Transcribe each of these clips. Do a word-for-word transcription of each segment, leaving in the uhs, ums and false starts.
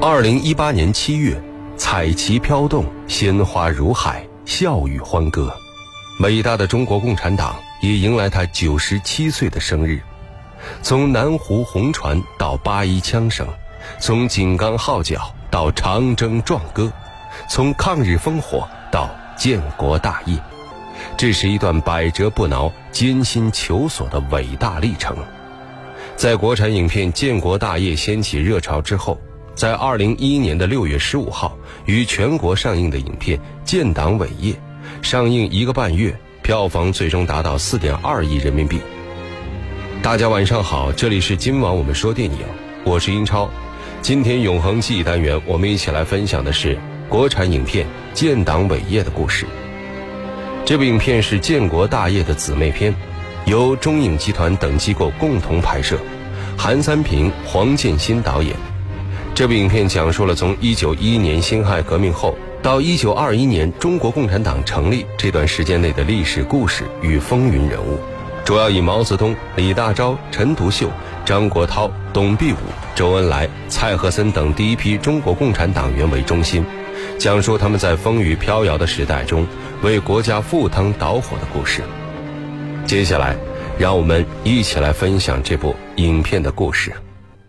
二零一八年七月，彩旗飘动，鲜花如海，笑语欢歌。伟大的中国共产党也迎来他九十七岁的生日。从南湖红船到八一枪声，从井冈号角到长征壮歌，从抗日烽火到建国大业，这是一段百折不挠、艰辛求索的伟大历程。在国产影片《建国大业》掀起热潮之后，在二零一一年的六月十五号于全国上映的影片《建党伟业》，上映一个半月，票房最终达到四点二亿人民币。大家晚上好，这里是今晚我们说电影，我是英超。今天永恒记忆单元，我们一起来分享的是国产影片《建党伟业》的故事。这部影片是建国大业的姊妹篇，由中影集团等机构共同拍摄，韩三平、黄建新导演。这部影片讲述了从一九一一年辛亥革命后到一九二一年中国共产党成立这段时间内的历史故事与风云人物，主要以毛泽东、李大钊、陈独秀、张国焘、董必武、周恩来、蔡和森等第一批中国共产党员为中心，讲述他们在风雨飘摇的时代中为国家赴汤蹈火的故事。接下来让我们一起来分享这部影片的故事。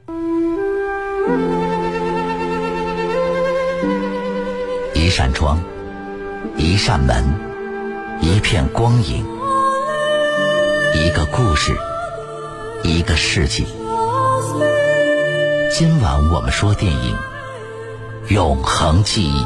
一扇窗，一扇门，一片光影，一个故事，一个世纪。今晚我们说电影，永恒记忆。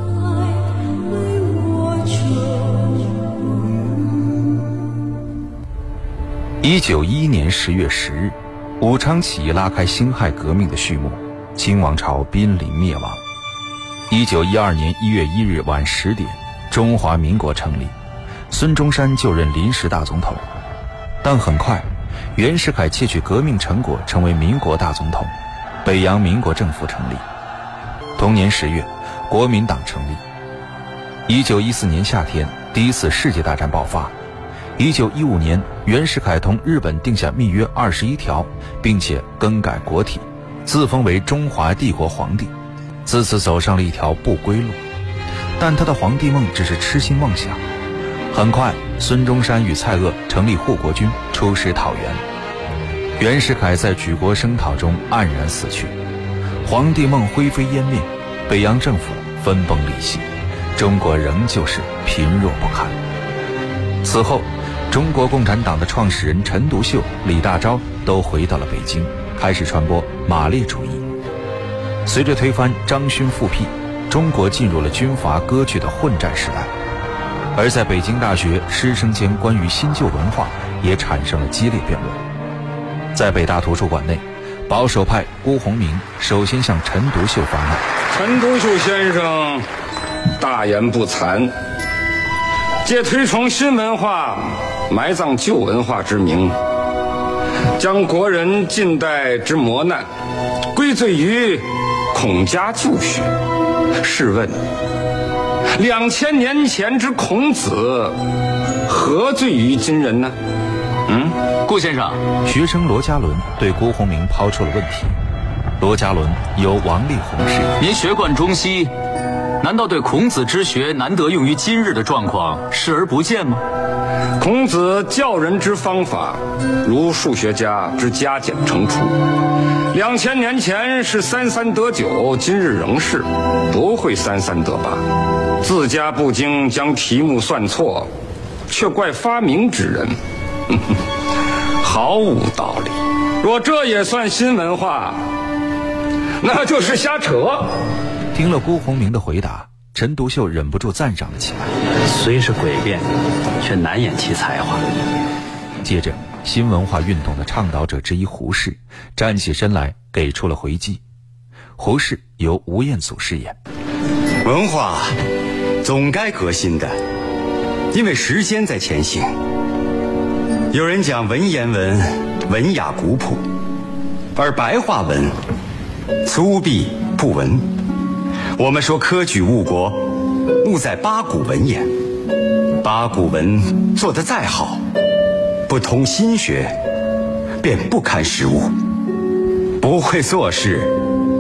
一九一一年十月十日，武昌起义拉开辛亥革命的序幕，清王朝濒临灭亡。一九一二年一月一日晚十点，中华民国成立，孙中山就任临时大总统。但很快，袁世凯窃取革命成果，成为民国大总统，北洋民国政府成立。同年十月，国民党成立。一九一四年夏天，第一次世界大战爆发。一九一五年，袁世凯同日本定下密约二十一条，并且更改国体，自封为中华帝国皇帝，自此走上了一条不归路。但他的皇帝梦只是痴心妄想。很快，孙中山与蔡锷成立护国军，出师讨袁。袁世凯在举国声讨中黯然死去，皇帝梦灰飞烟灭，北洋政府分崩离析，中国仍旧是贫弱不堪。此后，中国共产党的创始人陈独秀、李大钊都回到了北京，开始传播马列主义。随着推翻张勋复辟，中国进入了军阀割据的混战时代。而在北京大学，师生间关于新旧文化也产生了激烈辩论。在北大图书馆内，保守派辜鸿铭首先向陈独秀发难。 陈独秀先生大言不惭，借推崇新文化，埋葬旧文化之名，将国人近代之磨难归罪于孔家旧学。试问两千年前之孔子，何罪于今人呢？嗯， 顾先生， 学生罗家伦对辜鸿铭抛出了问题。罗家伦由王力宏饰演。 您学贯中西，难道对孔子之学难得用于今日的状况视而不见吗？ 孔子教人之方法，如数学家之加减乘除。两千年前是三三得九，今日仍是，不会三三得八。自家不精，将题目算错，却怪发明之人，呵呵，毫无道理。若这也算新文化，那就是瞎扯。 听了辜鸿铭的回答，陈独秀忍不住赞赏了起来。 虽是诡辩，却难掩其才华。 接着，新文化运动的倡导者之一胡适站起身来，给出了回击。胡适由吴彦祖饰演。 文化总该革新的，因为时间在前行。有人讲文言文文雅古朴，而白话文粗鄙不文。我们说科举误国，误在八股文言。八股文做得再好，不通心学，便不堪时务。不会做事，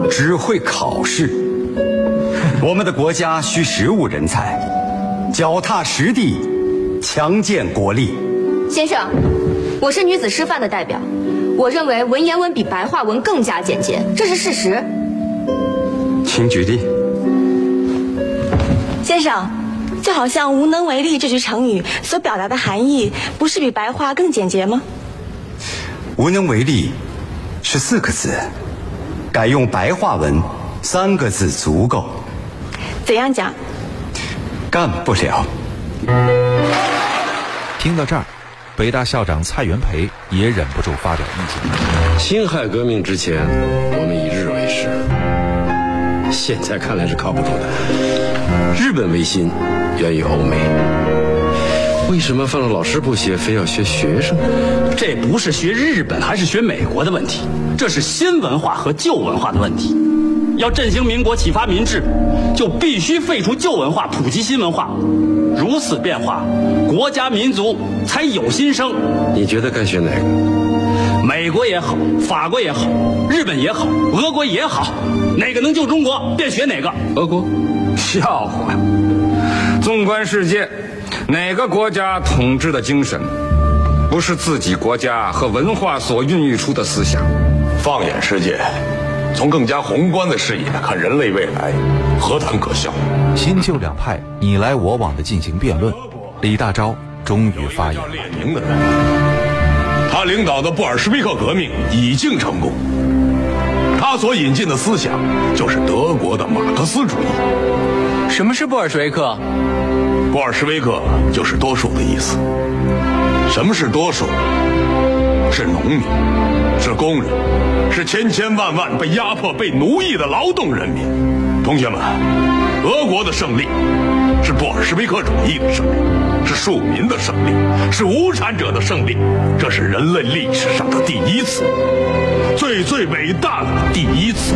只会考试。我们的国家需实务人才，脚踏实地，强健国力。 先生，我是女子师范的代表，我认为文言文比白话文更加简洁，这是事实。 请举例。 先生，就好像无能为力这句成语所表达的含义，不是比白话更简洁吗？ 无能为力是四个字，改用白话文三个字足够。 怎样讲？ 干不了。 听到这儿，北大校长蔡元培也忍不住发表意见。 辛亥革命之前，我们以日为师，现在看来是靠不住的。日本维新源于欧美，为什么放了老师不学，非要学学生？ 这不是学日本还是学美国的问题，这是新文化和旧文化的问题。要振兴民国、启发民智，就必须废除旧文化，普及新文化。如此变化，国家民族才有新生。 你觉得该学哪个？ 美国也好，法国也好，日本也好，俄国也好，哪个能救中国，便学哪个。 俄国？ 笑话！纵观世界，哪个国家统治的精神，不是自己国家和文化所孕育出的思想？ 放眼世界，从更加宏观的视野看人类未来，何谈可笑？ 新旧两派你来我往的进行辩论，李大钊终于发言了。 列宁的人，他领导的布尔什维克革命已经成功，他所引进的思想就是德国的马克思主义。 什么是布尔什维克？ 布尔什维克就是多数的意思。什么是多数？是农民，是工人，是千千万万被压迫、被奴役的劳动人民。同学们，俄国的胜利是布尔什维克主义的胜利，是庶民的胜利，是无产者的胜利。这是人类历史上的第一次，最最伟大的第一次。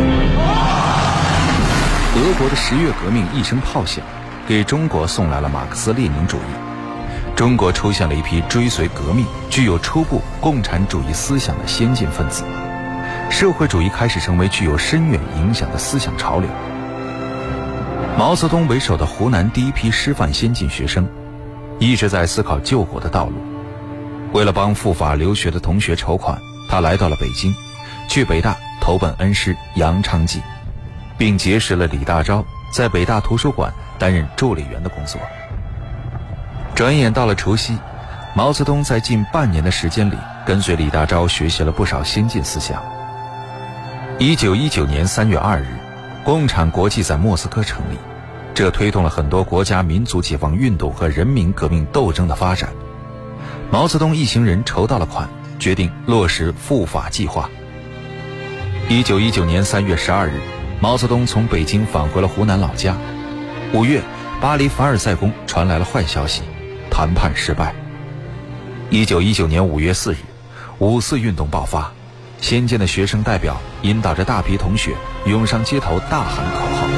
俄国的十月革命一声炮响，给中国送来了马克思列宁主义。中国出现了一批追随革命、具有初步共产主义思想的先进分子，社会主义开始成为具有深远影响的思想潮流。毛泽东为首的湖南第一批师范先进学生，一直在思考救国的道路。为了帮赴法留学的同学筹款，他来到了北京，去北大投奔恩师杨昌济，并结识了李大钊，在北大图书馆担任助理员的工作。转眼到了除夕，毛泽东在近半年的时间里，跟随李大钊学习了不少先进思想。一九一九年三月二日，共产国际在莫斯科成立，这推动了很多国家民族解放运动和人民革命斗争的发展。毛泽东一行人筹到了款，决定落实赴法计划。一九一九年三月十二日，毛泽东从北京返回了湖南老家。五月，巴黎凡尔赛宫传来了坏消息，谈判失败。一九一九年五月四日，五四运动爆发，先进的学生代表引导着大批同学涌上街头，大喊口号。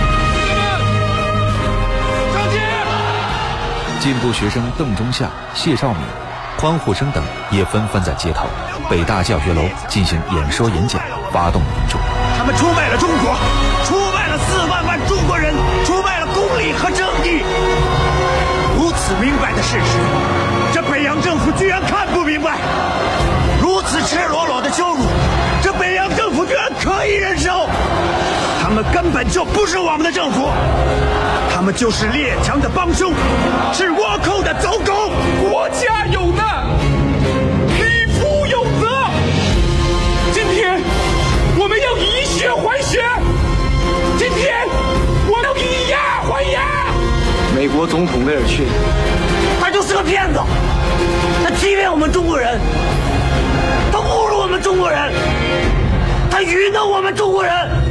进步学生邓中夏、谢兆敏、宽沪生等也纷纷在街头、北大教学楼进行演说演讲，发动民众。 他们出卖了中国，出卖了四万万中国人，出卖了公理和正义。如此明白的事实，这北洋政府居然看不明白；如此赤裸裸的羞辱，这北洋政府居然可以忍受。他们根本就不是我们的政府，他们就是列强的帮凶，是倭寇的走狗。国家有难，匹夫有责。今天我们要以血还血，今天我们要以牙还牙。 美国总统威尔逊， 他就是个骗子，他欺骗我们中国人，他侮辱我们中国人，他愚弄我们中国人。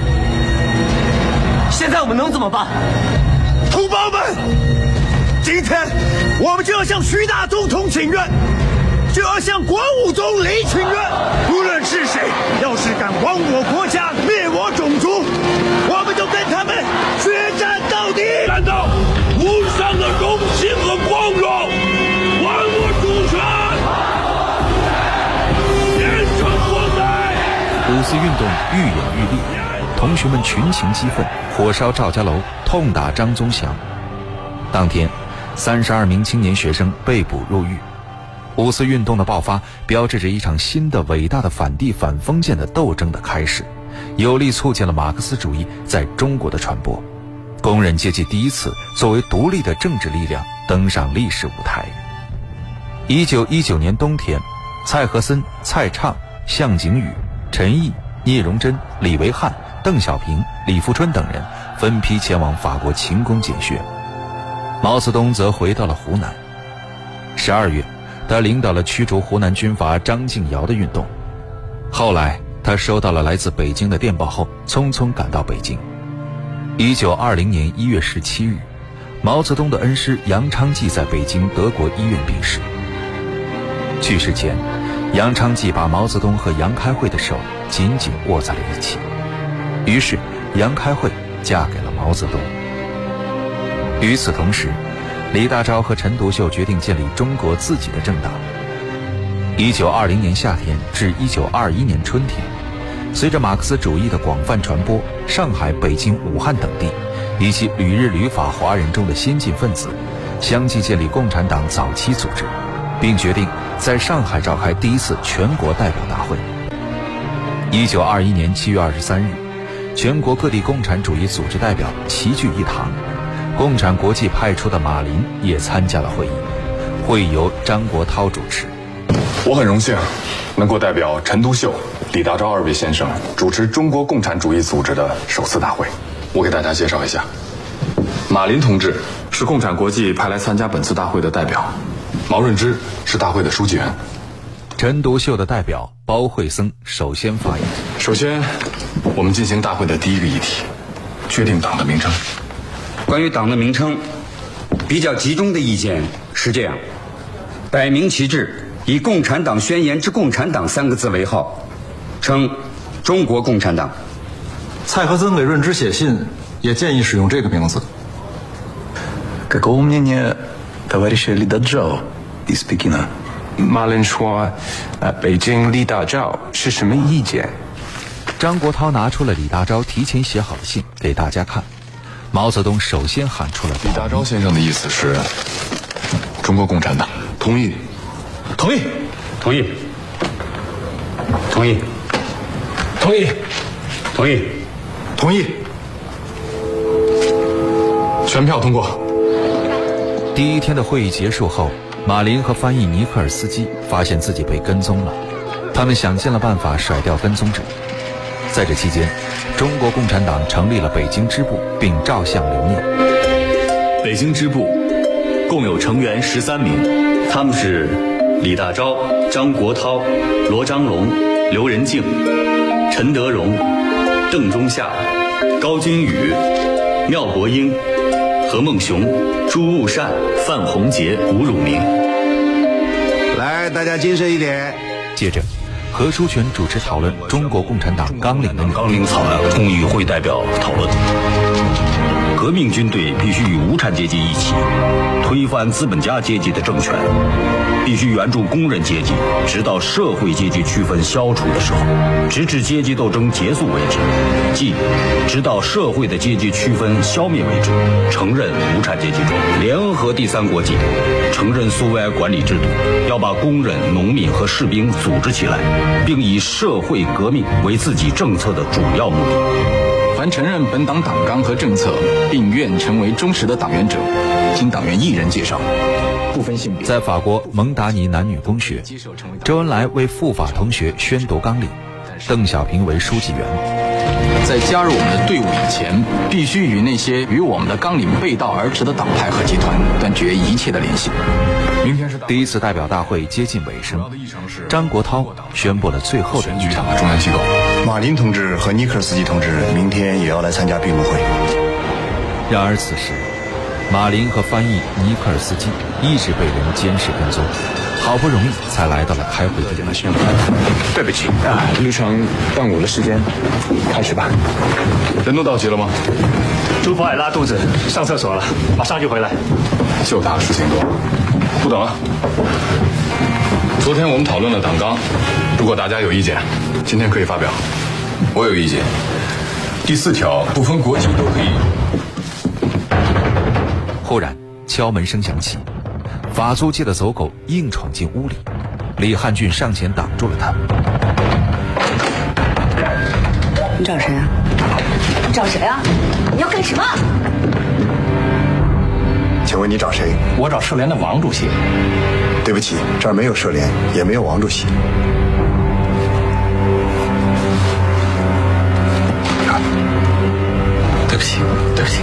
现在我们能怎么办？ 同胞们，今天我们就要向徐大总统请愿，就要向国务总理请愿。无论是谁，要是敢亡我国家、灭我种族，我们就跟他们决战到底，战到无上的荣幸和光荣，还我主权，严惩国贼。 五四运动愈演愈烈， 同学们群情激愤，火烧赵家楼，痛打张宗祥。当天，三十二名青年学生被捕入狱。五四运动的爆发，标志着一场新的伟大的反帝反封建的斗争的开始，有力促进了马克思主义在中国的传播。工人阶级第一次作为独立的政治力量登上历史舞台。一九一九年冬天，蔡和森、蔡畅、向景宇、陈毅、聂荣臻、李维汉、邓小平、李富春等人分批前往法国勤工俭学。毛泽东则回到了湖南。十二月，他领导了驱逐湖南军阀张敬尧的运动。后来，他收到了来自北京的电报后，匆匆赶到北京。一九二零年一月十七日，毛泽东的恩师杨昌济在北京德国医院病逝。去世前，杨昌济把毛泽东和杨开慧的手紧紧握在了一起。于是，杨开慧嫁给了毛泽东。与此同时，李大钊和陈独秀决定建立中国自己的政党。一九二零年夏天至一九二一年春天，随着马克思主义的广泛传播，上海、北京、武汉等地以及旅日旅法华人中的先进分子相继建立共产党早期组织，并决定在上海召开第一次全国代表大会。一九二一年七月二十三日，全国各地共产主义组织代表齐聚一堂，共产国际派出的马林也参加了会议，会议由张国焘主持。 我很荣幸能够代表陈独秀、李大钊二位先生主持中国共产主义组织的首次大会。我给大家介绍一下，马林同志是共产国际派来参加本次大会的代表，毛润之是大会的书记员。 陈独秀的代表包惠僧首先发言。 首先，我们进行大会的第一个议题，决定党的名称。 关于党的名称，比较集中的意见是这样：改名其志，以共产党宣言之共产党三个字为号，称中国共产党。 蔡和森给润之写信也建议使用这个名字。 Какого мнения товарища Ли Даджао из Пекина? 马林说，呃，北京李大钊是什么意见？ 张国焘拿出了李大钊提前写好的信给大家看。毛泽东首先喊出了李大钊先生的意思是中国共产党。同意？ 同意？同意？同意？ 同意？ 同意？ 同意？全票通过。 第一天的会议结束后，马林和翻译尼克尔斯基发现自己被跟踪了，他们想尽了办法甩掉跟踪者。在这期间，中国共产党成立了北京支部，并照相留念。 北京支部共有成员十三名，他们是李大钊、张国焘、罗章龙、刘仁静、陈德荣、邓中夏、高君宇、廖国英、何孟雄、朱悟善、范洪杰、吴汝明。 来，大家精神一点。 接着，何书全主持讨论中国共产党纲领的纲领草案，供与会代表讨论。革命军队必须与无产阶级一起推翻资本家阶级的政权，必须援助工人阶级，直到社会阶级区分消除的时候，直至阶级斗争结束为止，即直到社会的阶级区分消灭为止。承认无产阶级中联合第三国际，承认苏维埃管理制度，要把工人、农民和士兵组织起来，并以社会革命为自己政策的主要目的。 凡承认本党党纲和政策，并愿成为忠实的党员者，经党员一人介绍，不分性别。 在法国蒙达尼男女公学，周恩来为赴法同学宣读纲领，邓小平为书记员。 在加入我们的队伍以前，必须与那些与我们的纲领背道而驰的党派和集团断绝一切的联系。 明天是第一次代表大会接近尾声，张国焘宣布了最后的议程的中央机构。 马林同志和尼克尔斯基同志明天也要来参加闭幕会。 然而此时，马林和翻译尼克尔斯基一直被人监视跟踪，好不容易才来到了开会地点。 对不起啊，路程耽误了时间，开始吧。 人都到齐了吗？ 朱福海拉肚子上厕所了，马上就回来。 就他事情多，不等了。昨天我们讨论了党纲，如果大家有意见，今天可以发表。 我有意见， 第四条，不分国籍都可以。 忽然，敲门声响起，法租界的走狗硬闯进屋里，李汉俊上前挡住了他。 你找谁啊？ 你找谁啊？你要干什么？ 请问你找谁？ 我找社联的王主席。 对不起，这儿没有社联，也没有王主席。 对不起，对不起。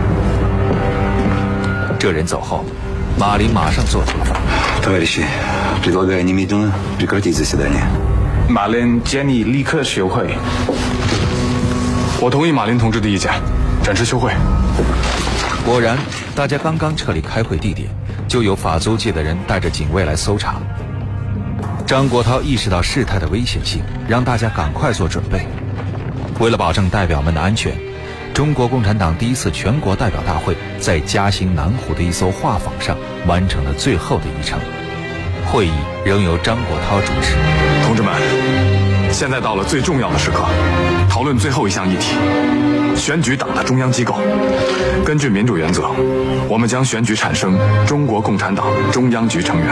这人走后，马林马上做出了反应。 Товарищи, предлагаю немедленно прекратить заседание. 马林建议立刻休会。我同意马林同志的意见，暂时休会。 果然，大家刚刚撤离开会地点，就有法租界的人带着警卫来搜查。张国焘意识到事态的危险性，让大家赶快做准备。为了保证代表们的安全，中国共产党第一次全国代表大会在嘉兴南湖的一艘画舫上完成了最后的一程。会议仍由张国焘主持。 同志们，现在到了最重要的时刻，讨论最后一项议题：选举党的中央机构。根据民主原则，我们将选举产生中国共产党中央局成员。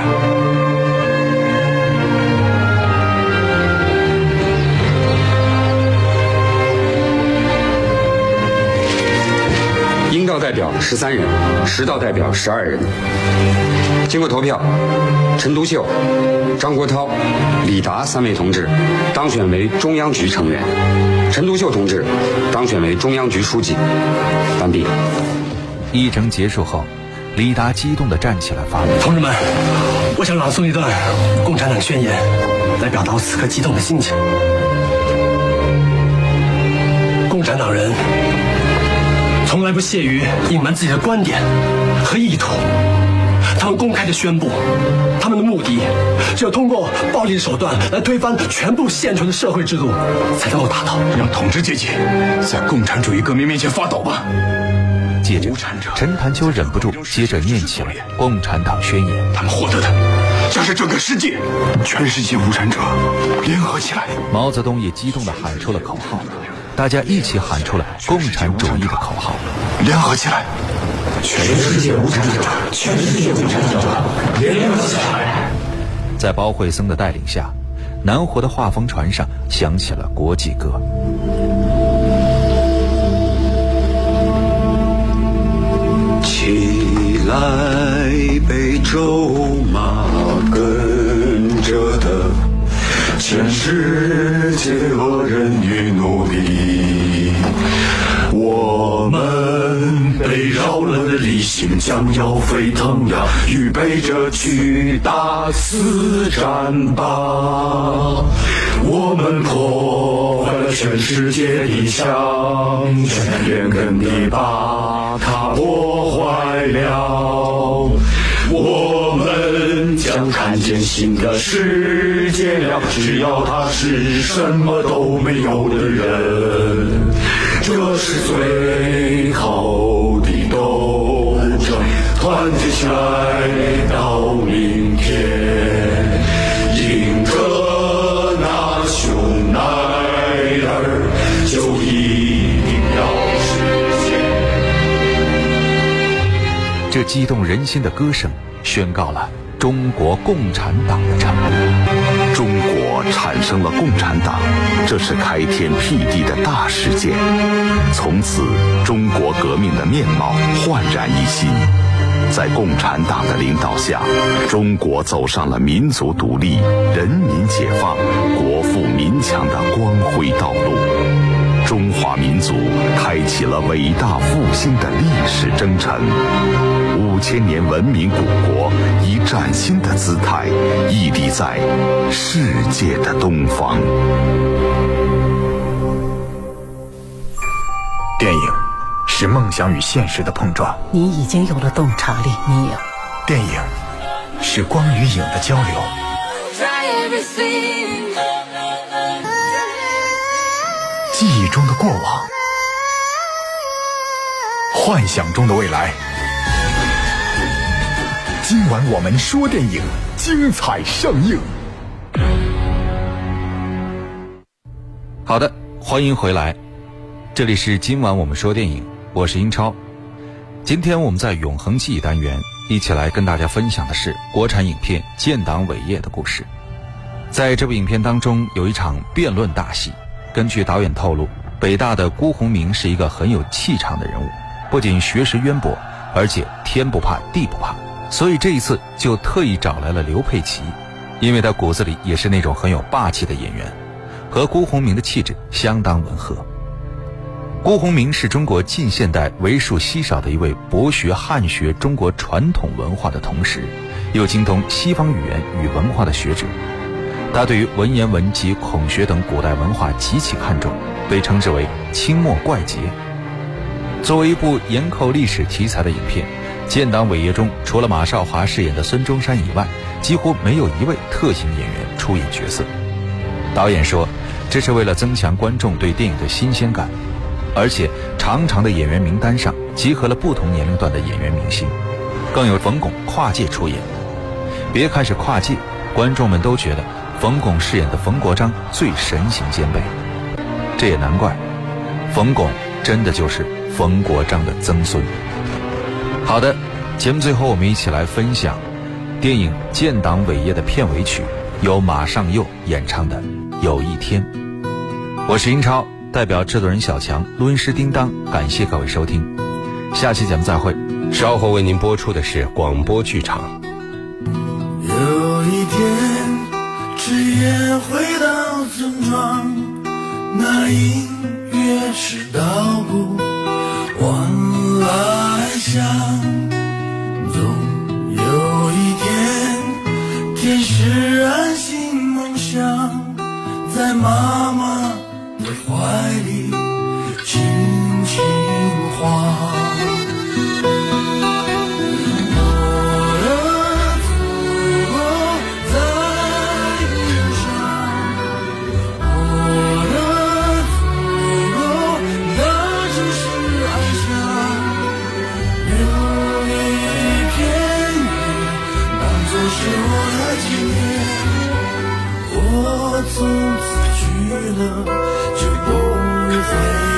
应道代表十三人，实道代表十二人。经过投票，陈独秀、张国焘、李达三位同志当选为中央局成员，陈独秀同志当选为中央局书记。完毕。 议程结束后，李达激动地站起来发言： 同志们，我想朗诵一段共产党宣言，来表达我此刻激动的心情。共产党人从来不屑于隐瞒自己的观点和意图，他们公开地宣布，他们的目的只有通过暴力的手段来推翻全部现存的社会制度才能够达到。 让统治阶级在共产主义革命面前发抖吧。 接着，陈潭秋忍不住接着念起了《共产党宣言》。 他们获得的将是整个世界，全世界无产者联合起来。 毛泽东也激动地喊出了口号，大家一起喊出了共产主义的口号： 联合起来！ 全世界无产者，全世界无产者，联合起来！ 在包惠僧的带领下，南湖的画舫船上响起了国际歌。 起来，北州马，跟着的全世界恶人与奴隶，我们被扰乱的理性将要沸腾呀，预备着去大肆战吧。我们破坏了全世界的象征，连根地把它破坏了。我们将看见新的世界了，只要他是什么都没有的人，这是最好的斗争，团结起来到明天，迎着那熊奈尔，就一定要实现。这激动人心的歌声宣告了中国共产党的成立。 中国产生了共产党，这是开天辟地的大事件。从此，中国革命的面貌焕然一新。在共产党的领导下，中国走上了民族独立、人民解放、国富民强的光辉道路。中华民族开启了伟大复兴的历史征程。五千年文明古国以崭新的姿态屹立在世界的东方。 电影是梦想与现实的碰撞。 你已经有了洞察力，你有。 电影是光与影的交流。记忆中的过往，幻想中的未来。今晚我们说电影，精彩上映。 好的，欢迎回来。 这里是今晚我们说电影，我是英超。今天我们在永恒记忆单元一起来跟大家分享的是国产影片《建党伟业》的故事。在这部影片当中有一场辩论大戏，根据导演透露，北大的辜鸿铭是一个很有气场的人物，不仅学识渊博，而且天不怕地不怕，所以这一次就特意找来了刘佩琦，因为他骨子里也是那种很有霸气的演员，和辜鸿铭的气质相当吻合。辜鸿铭是中国近现代为数稀少的一位博学汉学中国传统文化的同时，又精通西方语言与文化的学者。他对于文言文及孔学等古代文化极其看重，被称之为清末怪杰。作为一部严扣历史题材的影片，《建党伟业》中除了马少华饰演的孙中山以外，几乎没有一位特型演员出演角色。导演说，这是为了增强观众对电影的新鲜感，而且长长的演员名单上集合了不同年龄段的演员明星，更有冯巩跨界出演。别看是跨界，观众们都觉得冯巩饰演的冯国璋最神形兼备。这也难怪，冯巩真的就是冯国璋的曾孙。好的，节目最后我们一起来分享电影《建党伟业》的片尾曲，由马上佑演唱的《有一天》。我是英超，代表制作人小强，录音师叮当，感谢各位收听，下期节目再会。 稍后为您播出的是广播剧场。 有一天，只眼回到村庄，那音乐是稻谷往来响。总有一天，天使安心梦想，在妈妈的怀里轻轻晃。从此去了，就不会